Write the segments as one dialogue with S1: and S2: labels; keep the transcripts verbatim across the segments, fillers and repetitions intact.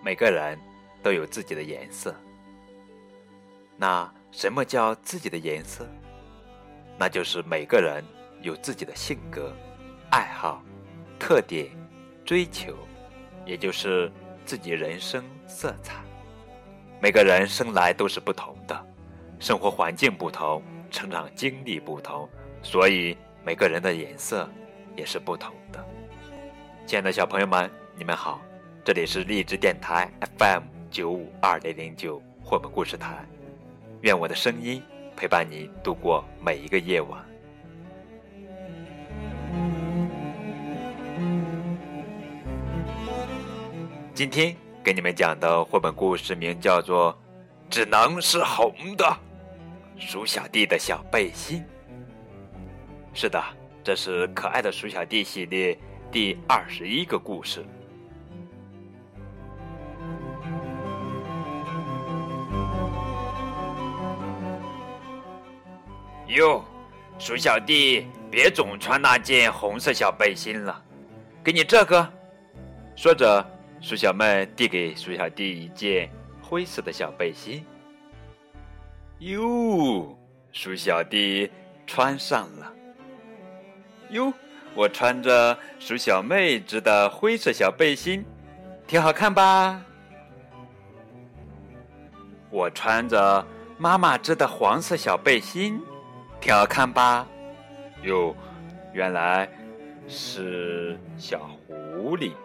S1: 每个人都有自己的颜色。那什么叫自己的颜色？那就是每个人有自己的性格、爱好、特点、追求，也就是自己人生色彩。每个人生来都是不同的，生活环境不同，成长经历不同，所以每个人的颜色也是不同的。亲爱的小朋友们，你们好，这里是励志电台 F M 九五二零零九绘本故事台，愿我的声音陪伴你度过每一个夜晚。今天给你们讲的绘本故事名叫做只能是红的鼠小弟的小背心。是的，这是可爱的鼠小弟系列第二十一个故事。哟，鼠小弟，别总穿那件红色小背心了，给你这个。说着，鼠小妹递给鼠小弟一件灰色的小背心。哟，鼠小弟穿上了。哟，我穿着鼠小妹织的灰色小背心，挺好看吧？我穿着妈妈织的黄色小背心，挺好看吧？哟，原来是小狐狸。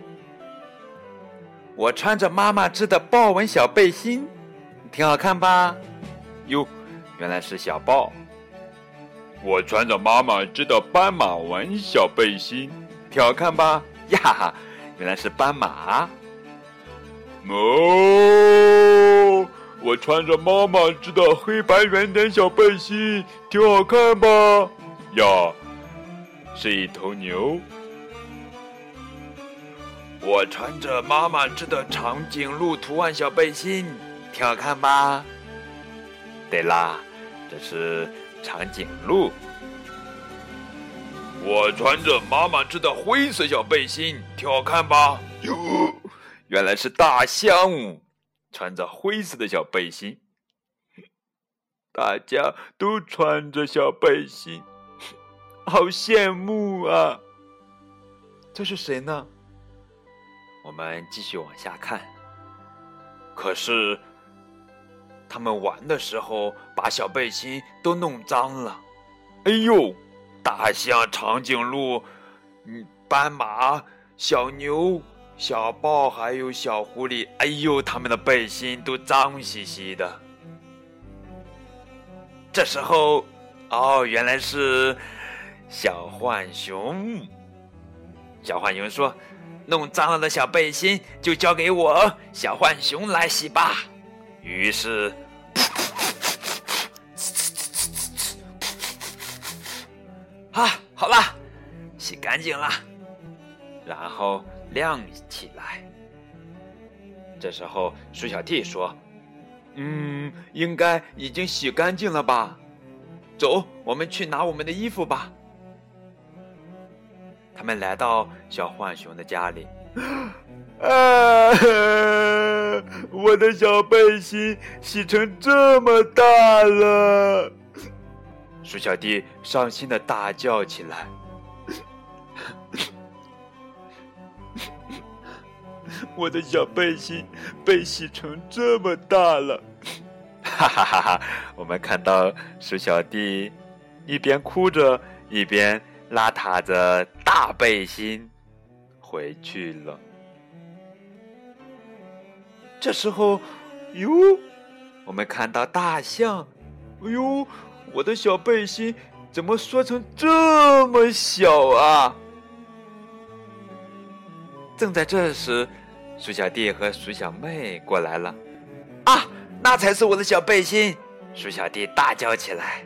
S1: 我穿着妈妈织的豹纹小背心，挺好看吧？哟，原来是小豹。我穿着妈妈织的斑马纹小背心，挺好看吧？呀，原来是斑马。哦，我穿着妈妈织的黑白圆点小背心，挺好看吧？呀，是一头牛。我穿着妈妈织的长颈鹿图案小背心，挺好看吧？对啦，这是长颈鹿。我穿着妈妈织的灰色小背心，挺好看吧？哟，原来是大象，穿着灰色的小背心。大家都穿着小背心，好羡慕啊！这是谁呢？我们继续往下看。可是他们玩的时候把小背心都弄脏了。哎呦，大象、长颈鹿、嗯、斑马、小牛、小豹还有小狐狸，哎呦，他们的背心都脏兮兮的。这时候，哦，原来是小浣熊。小浣熊说，弄脏了的小背心就交给我小浣熊来洗吧。于是啊，好了，洗干净了，然后晾起来。这时候鼠小弟说，嗯，应该已经洗干净了吧？走，我们去拿我们的衣服吧。他们来到小浣熊的家里。啊，我的小背心洗成这么大了！鼠小弟伤心地大叫起来。我的小背心被洗成这么大了！哈哈哈哈！我们看到鼠小弟一边哭着，一边拉沓着大背心回去了。这时候，哟，我们看到大象。哎呦，我的小背心怎么缩成这么小啊？正在这时，鼠小弟和鼠小妹过来了。啊，那才是我的小背心！鼠小弟大叫起来。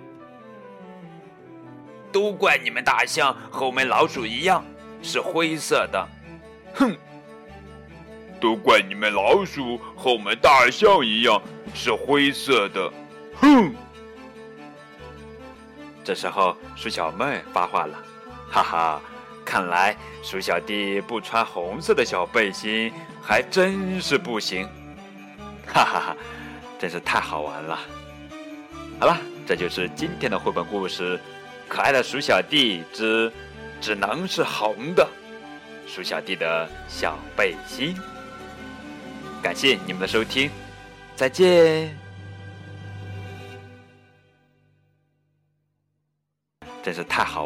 S1: 都怪你们大象和我们老鼠一样，是灰色的。哼！都怪你们老鼠和我们大象一样，是灰色的。哼！这时候鼠小妹发话了，哈哈， 看来鼠小弟不穿红色的小背心还真是不行，哈哈哈，真是太好玩了。好了，这就是今天的绘本故事《可爱的鼠小弟之只能是红的鼠小弟的小背心》。感谢你们的收听，再见。真是太好玩了。